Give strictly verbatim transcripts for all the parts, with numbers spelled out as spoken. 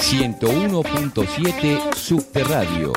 ciento uno punto siete Subterráneo.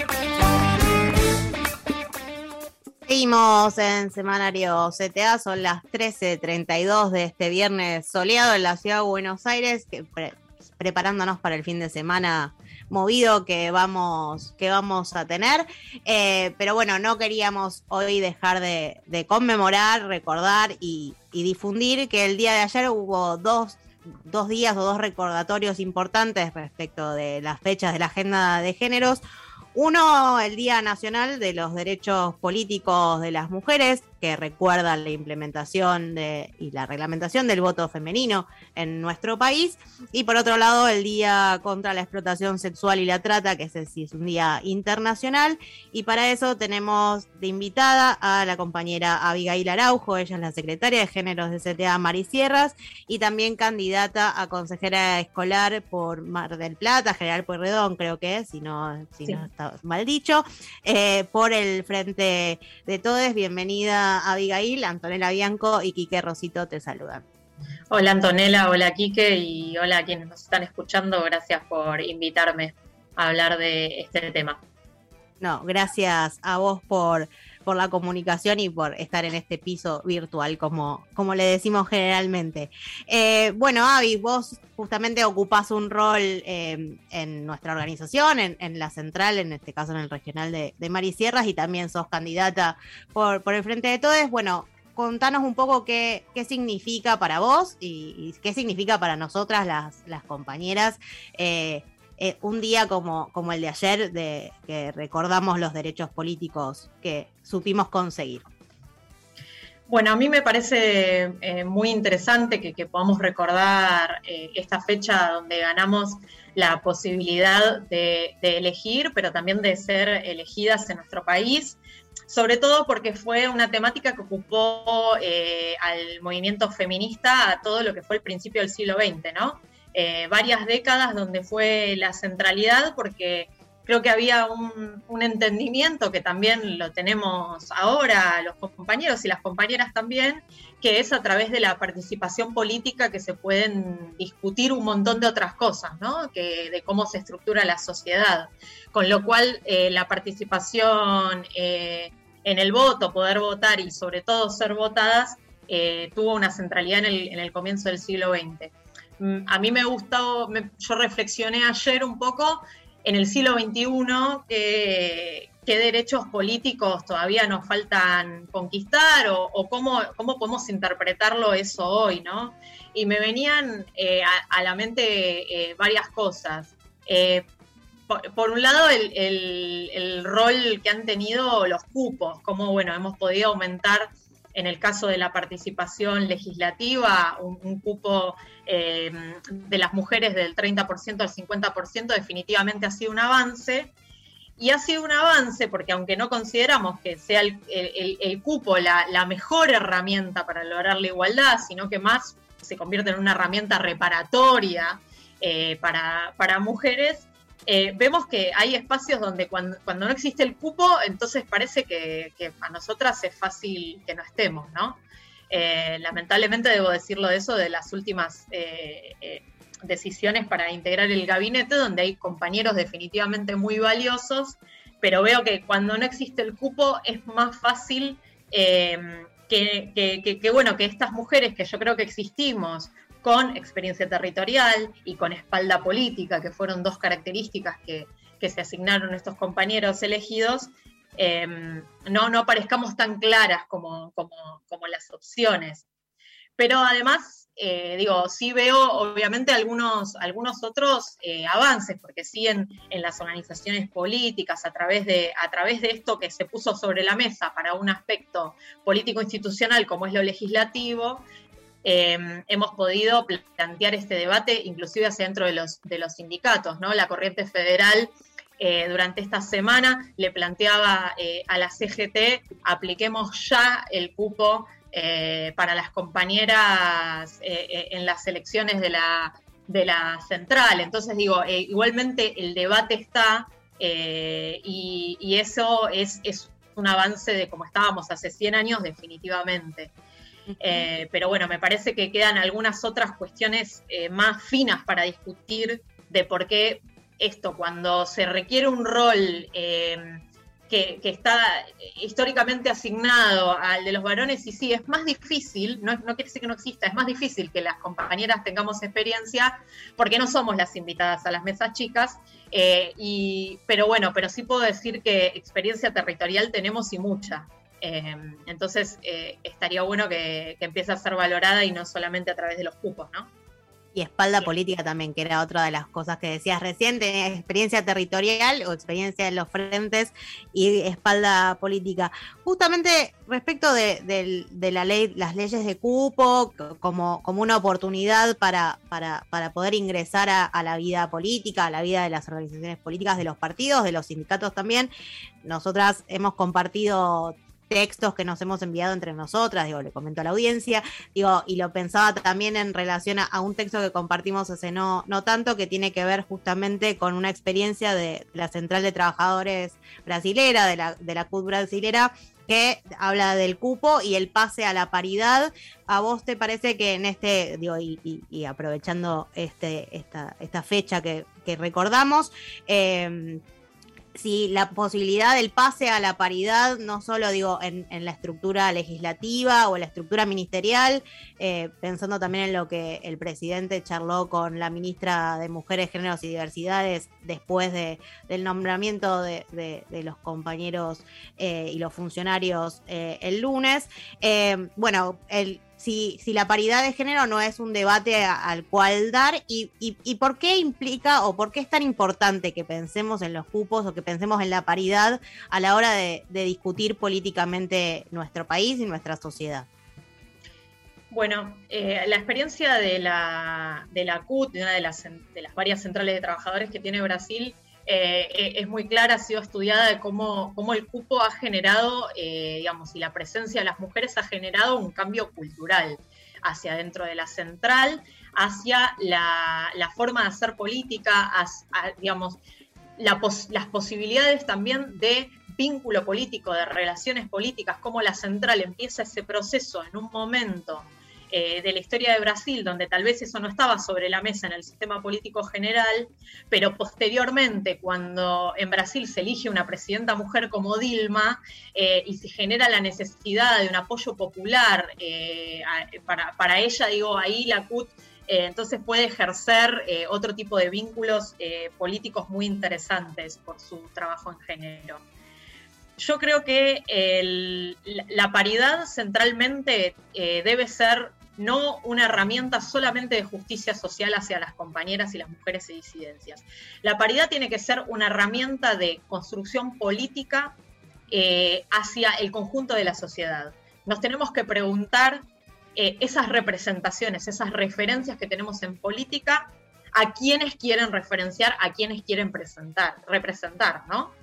Seguimos en Semanario C T A, son las trece treinta y dos de este viernes soleado en la ciudad de Buenos Aires, que pre- preparándonos para el fin de semana movido que vamos, que vamos a tener. Eh, pero bueno, no queríamos hoy dejar de, de conmemorar, recordar y, y difundir que el día de ayer hubo dos, dos días o dos recordatorios importantes respecto de las fechas de la agenda de géneros. Uno, el Día Nacional de los Derechos Políticos de las Mujeres, que recuerda la implementación de, y la reglamentación del voto femenino en nuestro país. Y por otro lado, el Día contra la Explotación Sexual y la Trata, que ese sí es un día internacional. Y para eso tenemos de invitada a la compañera Abigail Araujo, ella es la secretaria de Géneros de C T A Marisierras y también candidata a consejera escolar por Mar del Plata, General Pueyrredón creo que es, si no, si sí. no está mal dicho, eh, por el Frente de Todes. Bienvenida Abigail. Antonella Bianco y Quique Rosito te saludan. Hola Antonella, hola Quique y hola a quienes nos están escuchando. Gracias por invitarme a hablar de este tema. No, gracias a vos por, por la comunicación y por estar en este piso virtual, como, como le decimos generalmente. Eh, bueno, Avi, vos justamente ocupás un rol eh, en nuestra organización, en, en la central, en este caso en el regional de, de Marisierras, y también sos candidata por, por el Frente de Todes. Bueno, contanos un poco qué, qué significa para vos y, y qué significa para nosotras las, las compañeras eh, Eh, un día como, como el de ayer, de que recordamos los derechos políticos que supimos conseguir. Bueno, a mí me parece eh, muy interesante que, que podamos recordar eh, esta fecha donde ganamos la posibilidad de, de elegir, pero también de ser elegidas en nuestro país, sobre todo porque fue una temática que ocupó eh, al movimiento feminista a todo lo que fue el principio del siglo veinte, ¿no? Eh, varias décadas donde fue la centralidad, porque creo que había un, un entendimiento que también lo tenemos ahora los compañeros y las compañeras también, que es a través de la participación política que se pueden discutir un montón de otras cosas, ¿no? Que, de cómo se estructura la sociedad, con lo cual eh, la participación eh, en el voto, poder votar y sobre todo ser votadas, eh, tuvo una centralidad en el, en el comienzo del siglo veinte. A mí me gustó, me, yo reflexioné ayer un poco en el siglo veintiuno que, qué derechos políticos todavía nos faltan conquistar o, o cómo, cómo podemos interpretarlo eso hoy, ¿no? Y me venían eh, a, a la mente eh, varias cosas. Eh, por, por un lado, el, el, el rol que han tenido los cupos, cómo, bueno, hemos podido aumentar en el caso de la participación legislativa, un, un cupo eh, de las mujeres del treinta por ciento al cincuenta por ciento definitivamente ha sido un avance. Y ha sido un avance porque aunque no consideramos que sea el, el, el cupo la, la mejor herramienta para lograr la igualdad, sino que más se convierte en una herramienta reparatoria eh, para, para mujeres, Eh, vemos que hay espacios donde cuando, cuando no existe el cupo, entonces parece que, que a nosotras es fácil que no estemos, ¿no? Eh, lamentablemente debo decirlo de eso, de las últimas eh, eh, decisiones para integrar el gabinete, donde hay compañeros definitivamente muy valiosos, pero veo que cuando no existe el cupo es más fácil eh, que, que, que, que, bueno, que estas mujeres que yo creo que existimos, con experiencia territorial y con espalda política, que fueron dos características que, que se asignaron a estos compañeros elegidos, eh, no, no aparezcamos tan claras como, como, como las opciones. Pero además, eh, digo, sí veo obviamente algunos, algunos otros eh, avances, porque sí en, en las organizaciones políticas, a través, de, a través de esto que se puso sobre la mesa para un aspecto político-institucional como es lo legislativo, Eh, hemos podido plantear este debate inclusive hacia dentro de los, de los sindicatos, ¿no? La Corriente Federal eh, durante esta semana le planteaba eh, a la C G T, apliquemos ya el cupo eh, para las compañeras eh, eh, en las elecciones de la, de la central. Entonces digo, eh, igualmente el debate está eh, y, y eso es, es un avance de como estábamos hace cien años definitivamente. Eh, pero bueno, me parece que quedan algunas otras cuestiones eh, más finas para discutir de por qué esto, cuando se requiere un rol eh, que, que está históricamente asignado al de los varones, y sí, es más difícil, no, no quiere decir que no exista, es más difícil que las compañeras tengamos experiencia, porque no somos las invitadas a las mesas chicas, eh, y, pero bueno, pero sí puedo decir que experiencia territorial tenemos y mucha. Eh, entonces eh, estaría bueno que, que empiece a ser valorada y no solamente a través de los cupos, ¿no? Y espalda sí. política también, que era otra de las cosas que decías recién, tenés experiencia territorial o experiencia en los frentes y espalda política. Justamente respecto de, de, de la ley, las leyes de cupo, como, como una oportunidad para, para, para poder ingresar a, a la vida política, a la vida de las organizaciones políticas, de los partidos, de los sindicatos también. Nosotras hemos compartido textos que nos hemos enviado entre nosotras, digo, le comento a la audiencia, digo, y lo pensaba también en relación a, a un texto que compartimos hace no, no tanto, que tiene que ver justamente con una experiencia de la Central de Trabajadores brasilera, de la, de la C U T brasilera, que habla del cupo y el pase a la paridad. ¿A vos te parece que en este, digo, y, y, y aprovechando este, esta, esta fecha que, que recordamos, eh, si la posibilidad del pase a la paridad, no solo digo en, en la estructura legislativa o en la estructura ministerial, eh, pensando también en lo que el presidente charló con la ministra de Mujeres, Géneros y Diversidades después de, del nombramiento de, de, de los compañeros eh, y los funcionarios eh, el lunes, eh, bueno, el Si, si la paridad de género no es un debate a, al cual dar, y, y, y por qué implica o por qué es tan importante que pensemos en los cupos o que pensemos en la paridad a la hora de, de discutir políticamente nuestro país y nuestra sociedad. Bueno, eh, la experiencia de la, de la C U T, de una de las, de las varias centrales de trabajadores que tiene Brasil, Eh, es muy clara, ha sido estudiada de cómo, cómo el cupo ha generado, eh, digamos, y la presencia de las mujeres ha generado un cambio cultural hacia dentro de la central, hacia la, la forma de hacer política, hacia, digamos, la pos, las posibilidades también de vínculo político, de relaciones políticas, cómo la central empieza ese proceso en un momento Eh, de la historia de Brasil, donde tal vez eso no estaba sobre la mesa en el sistema político general, pero posteriormente, cuando en Brasil se elige una presidenta mujer como Dilma, eh, y se genera la necesidad de un apoyo popular eh, para, para ella, digo, ahí la C U T eh, entonces puede ejercer eh, otro tipo de vínculos eh, políticos muy interesantes por su trabajo en género. Yo creo que el, la paridad centralmente eh, debe ser no una herramienta solamente de justicia social hacia las compañeras y las mujeres y disidencias. La paridad tiene que ser una herramienta de construcción política eh, hacia el conjunto de la sociedad. Nos tenemos que preguntar eh, esas representaciones, esas referencias que tenemos en política, a quiénes quieren referenciar, a quiénes quieren presentar, representar, ¿no?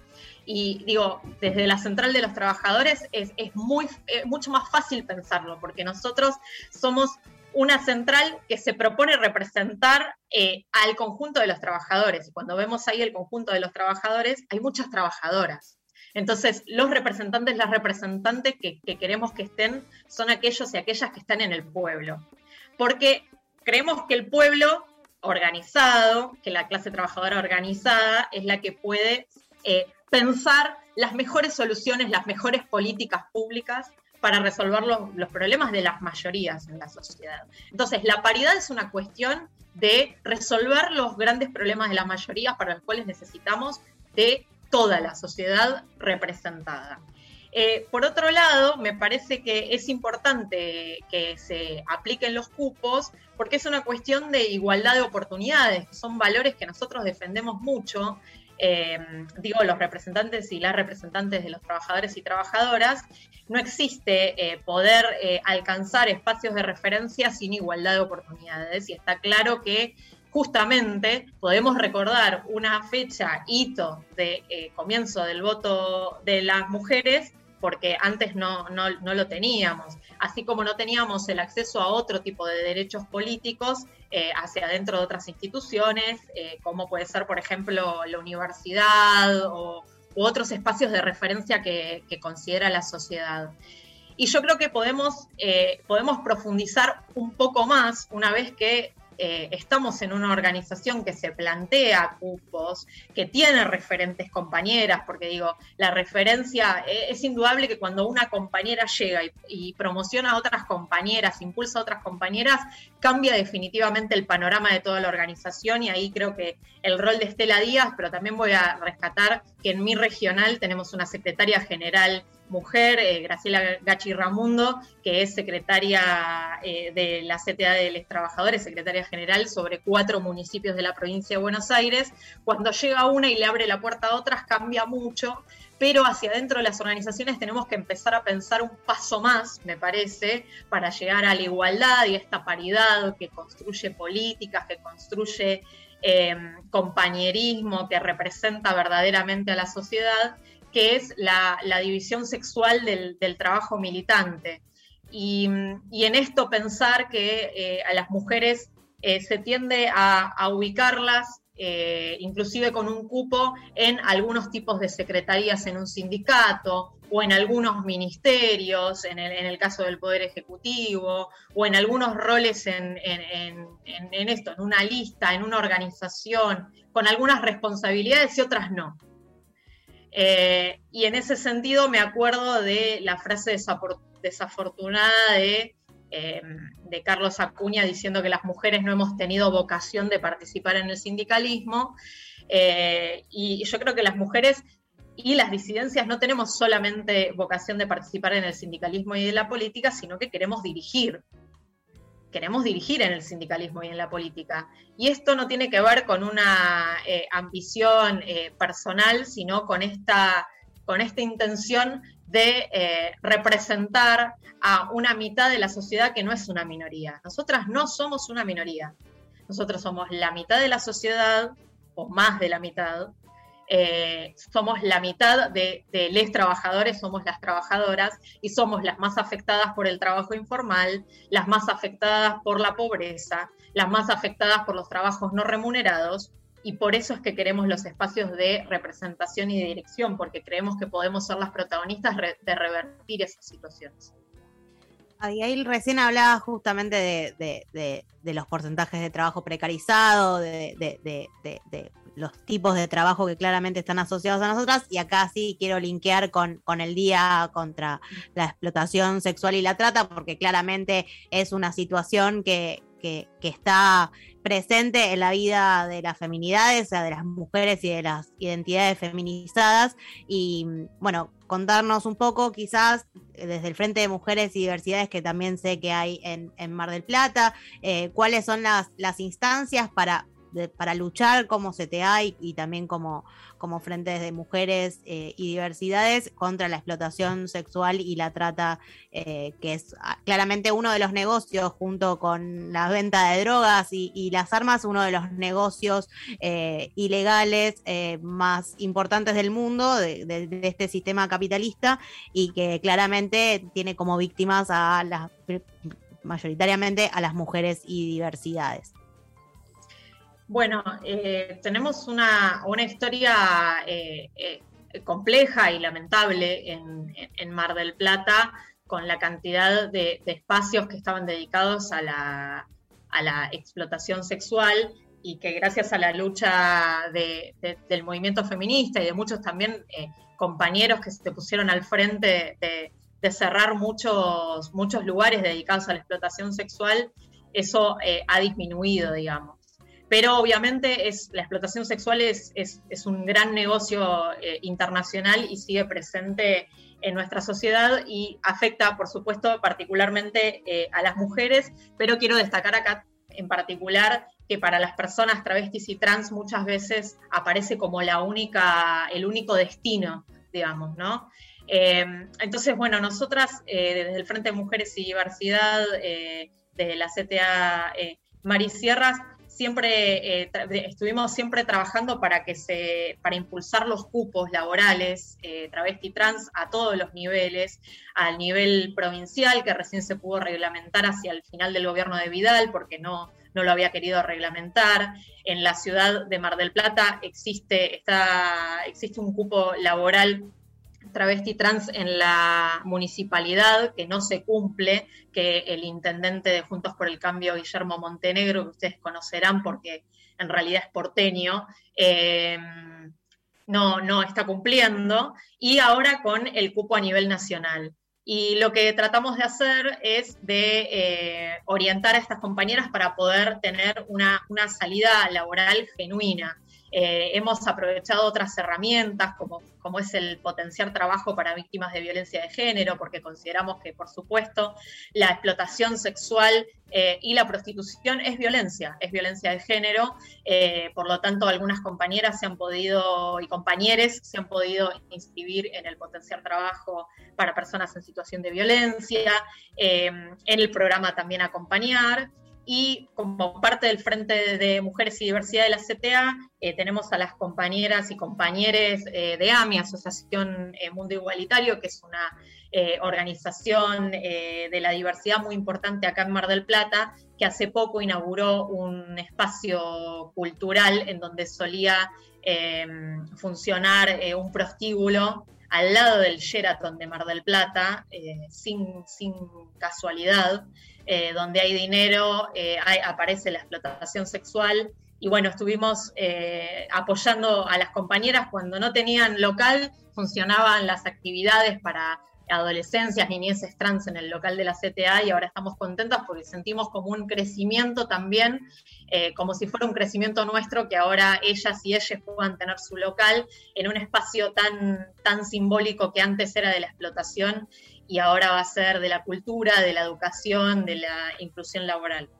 Y digo, desde la Central de los Trabajadores es, es muy, eh, mucho más fácil pensarlo, porque nosotros somos una central que se propone representar eh, al conjunto de los trabajadores. Y cuando vemos ahí el conjunto de los trabajadores, hay muchas trabajadoras. Entonces, los representantes, las representantes que, que queremos que estén son aquellos y aquellas que están en el pueblo. Porque creemos que el pueblo organizado, que la clase trabajadora organizada, es la que puede Eh, pensar las mejores soluciones, las mejores políticas públicas para resolver los, los problemas de las mayorías en la sociedad. Entonces, la paridad es una cuestión de resolver los grandes problemas de las mayorías para los cuales necesitamos de toda la sociedad representada. Eh, por otro lado, me parece que es importante que se apliquen los cupos porque es una cuestión de igualdad de oportunidades, que son valores que nosotros defendemos mucho. Eh, digo, los representantes y las representantes de los trabajadores y trabajadoras, no existe eh, poder eh, alcanzar espacios de referencia sin igualdad de oportunidades, y está claro que justamente podemos recordar una fecha, hito de eh, comienzo del voto de las mujeres, porque antes no, no, no lo teníamos, así como no teníamos el acceso a otro tipo de derechos políticos eh, hacia adentro de otras instituciones, eh, como puede ser, por ejemplo, la universidad o, u otros espacios de referencia que, que considera la sociedad. Y yo creo que podemos, eh, podemos profundizar un poco más una vez que eh, estamos en una organización que se plantea cupos, que tiene referentes compañeras, porque digo, la referencia, eh, es indudable que cuando una compañera llega y, y promociona a otras compañeras, impulsa a otras compañeras, cambia definitivamente el panorama de toda la organización, y ahí creo que el rol de Estela Díaz, pero también voy a rescatar que en mi regional tenemos una secretaria general mujer, eh, Graciela Gachi Ramundo, que es secretaria eh, de la C T A de los Trabajadores, secretaria general sobre cuatro municipios de la provincia de Buenos Aires. Cuando llega una y le abre la puerta a otras, cambia mucho, pero hacia adentro de las organizaciones tenemos que empezar a pensar un paso más, me parece, para llegar a la igualdad y a esta paridad que construye políticas, que construye eh, compañerismo, que representa verdaderamente a la sociedad, que es la, la división sexual del, del trabajo militante. Y, y en esto pensar que eh, a las mujeres eh, se tiende a, a ubicarlas, eh, inclusive con un cupo, en algunos tipos de secretarías en un sindicato, o en algunos ministerios, en el, en el caso del Poder Ejecutivo, o en algunos roles en, en, en, en esto, en una lista, en una organización, con algunas responsabilidades y otras no. Eh, y en ese sentido me acuerdo de la frase desafortunada de, eh, de Carlos Acuña diciendo que las mujeres no hemos tenido vocación de participar en el sindicalismo, eh, y yo creo que las mujeres y las disidencias no tenemos solamente vocación de participar en el sindicalismo y en la política, sino que queremos dirigir. Queremos dirigir en el sindicalismo y en la política. Y esto no tiene que ver con una eh, ambición eh, personal, sino con esta, con esta intención de eh, representar a una mitad de la sociedad que no es una minoría. Nosotras no somos una minoría. Nosotros somos la mitad de la sociedad, o más de la mitad. Eh, somos la mitad de, de les trabajadores, somos las trabajadoras, y somos las más afectadas por el trabajo informal, las más afectadas por la pobreza, las más afectadas por los trabajos no remunerados, y por eso es que queremos los espacios de representación y de dirección, porque creemos que podemos ser las protagonistas re, de revertir esas situaciones. Abigail recién hablaba justamente de, de, de, de los porcentajes de trabajo precarizado, de, de, de, de, de los tipos de trabajo que claramente están asociados a nosotras, y acá sí quiero linkear con, con el Día contra la Explotación Sexual y la Trata, porque claramente es una situación que, que, que está presente en la vida de las feminidades, o sea, de las mujeres y de las identidades feminizadas, y bueno, contarnos un poco quizás desde el Frente de Mujeres y Diversidades, que también sé que hay en, en Mar del Plata, eh, cuáles son las, las instancias para De, para luchar como C T A y, y también como, como frentes de mujeres eh, y diversidades contra la explotación sexual y la trata, eh, que es claramente uno de los negocios, junto con la venta de drogas y, y las armas, uno de los negocios eh, ilegales eh, más importantes del mundo, de, de, de este sistema capitalista, y que claramente tiene como víctimas a las, mayoritariamente a las mujeres y diversidades. Bueno, eh, tenemos una, una historia eh, eh, compleja y lamentable en, en Mar del Plata, con la cantidad de, de espacios que estaban dedicados a la, a la explotación sexual, y que gracias a la lucha de, de, del movimiento feminista y de muchos también eh, compañeros que se pusieron al frente de, de cerrar muchos, muchos lugares dedicados a la explotación sexual, eso eh, ha disminuido, digamos. Pero obviamente es, la explotación sexual es, es, es un gran negocio eh, internacional y sigue presente en nuestra sociedad y afecta, por supuesto, particularmente eh, a las mujeres, pero quiero destacar acá en particular que para las personas travestis y trans muchas veces aparece como la única, el único destino, digamos, ¿no? Eh, entonces, bueno, nosotras eh, desde el Frente de Mujeres y Diversidad, eh, desde la C T A eh, Marisierras, siempre eh, estuvimos siempre trabajando para que se para impulsar los cupos laborales eh, travesti trans a todos los niveles, al nivel provincial, que recién se pudo reglamentar hacia el final del gobierno de Vidal, porque no, no lo había querido reglamentar. En la ciudad de Mar del Plata existe, está, existe un cupo laboral travesti trans en la municipalidad, que no se cumple, que el intendente de Juntos por el Cambio, Guillermo Montenegro, que ustedes conocerán porque en realidad es porteño, eh, no, no está cumpliendo, y ahora con el cupo a nivel nacional. Y lo que tratamos de hacer es de eh, orientar a estas compañeras para poder tener una, una salida laboral genuina. Eh, hemos aprovechado otras herramientas, como, como es el potenciar trabajo para víctimas de violencia de género, porque consideramos que, por supuesto, la explotación sexual eh, y la prostitución es violencia, es violencia de género. Eh, por lo tanto, algunas compañeras se han podido, y compañeros se han podido inscribir en el potenciar trabajo para personas en situación de violencia, eh, en el programa también Acompañar. Y como parte del Frente de Mujeres y Diversidad de la C T A, eh, tenemos a las compañeras y compañeros eh, de A M I, Asociación eh, Mundo Igualitario, que es una eh, organización eh, de la diversidad muy importante acá en Mar del Plata, que hace poco inauguró un espacio cultural en donde solía eh, funcionar eh, un prostíbulo al lado del Sheraton de Mar del Plata, eh, sin, sin casualidad, eh, donde hay dinero, eh, hay, aparece la explotación sexual, y bueno, estuvimos eh, apoyando a las compañeras cuando no tenían local, funcionaban las actividades para adolescencias, niñeces trans en el local de la C T A, y ahora estamos contentas porque sentimos como un crecimiento también, eh, como si fuera un crecimiento nuestro, que ahora ellas y ellos puedan tener su local en un espacio tan, tan simbólico que antes era de la explotación y ahora va a ser de la cultura, de la educación, de la inclusión laboral.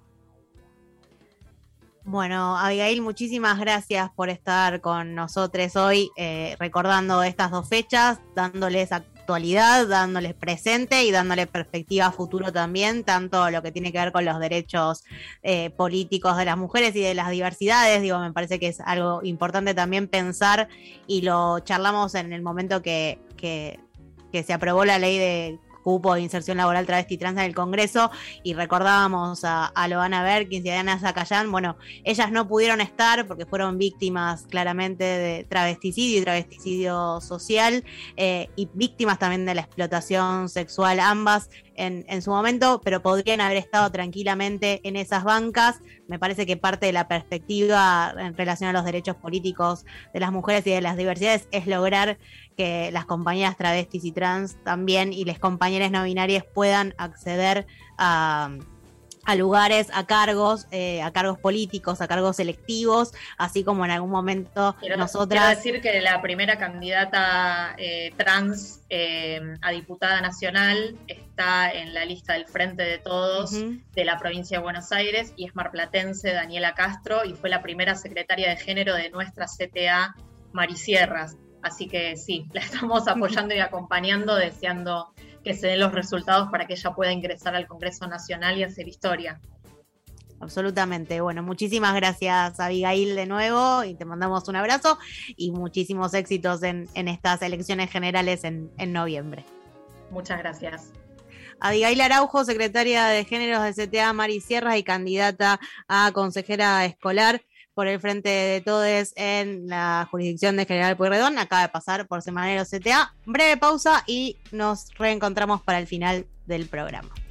Bueno, Abigail, muchísimas gracias por estar con nosotros hoy, eh, recordando estas dos fechas, dándoles actualidad, dándoles presente y dándoles perspectiva a futuro también, tanto lo que tiene que ver con los derechos eh, políticos de las mujeres y de las diversidades. Digo, me parece que es algo importante también pensar, y lo charlamos en el momento que, que, que se aprobó la ley de cupo de inserción laboral travesti trans en el Congreso, y recordábamos a, a Loana Berkins y a Diana Zacayán. Bueno, ellas no pudieron estar porque fueron víctimas claramente de travesticidio y travesticidio social, eh, y víctimas también de la explotación sexual, ambas en, en su momento, pero podrían haber estado tranquilamente en esas bancas. Me parece que parte de la perspectiva en relación a los derechos políticos de las mujeres y de las diversidades es lograr que las compañeras travestis y trans también, y las compañeras no binarias, puedan acceder a, a lugares, a cargos, eh, a cargos políticos, a cargos electivos, así como en algún momento quiero, nosotras... Quiero decir que la primera candidata eh, trans eh, a diputada nacional está en la lista del Frente de Todos uh-huh. de la provincia de Buenos Aires, y es marplatense, Daniela Castro, y fue la primera secretaria de género de nuestra C T A, Marisierras. Así que sí, la estamos apoyando y acompañando, deseando que se den los resultados para que ella pueda ingresar al Congreso Nacional y hacer historia. Absolutamente. Bueno, muchísimas gracias, Abigail, de nuevo, y te mandamos un abrazo y muchísimos éxitos en, en estas elecciones generales en, en noviembre. Muchas gracias. Abigail Araujo, secretaria de Géneros de C T A Marisierras y candidata a consejera escolar por el Frente de Todes en la jurisdicción de General Pueyrredón. Acaba de pasar por Semanero C T A. Breve pausa y nos reencontramos para el final del programa.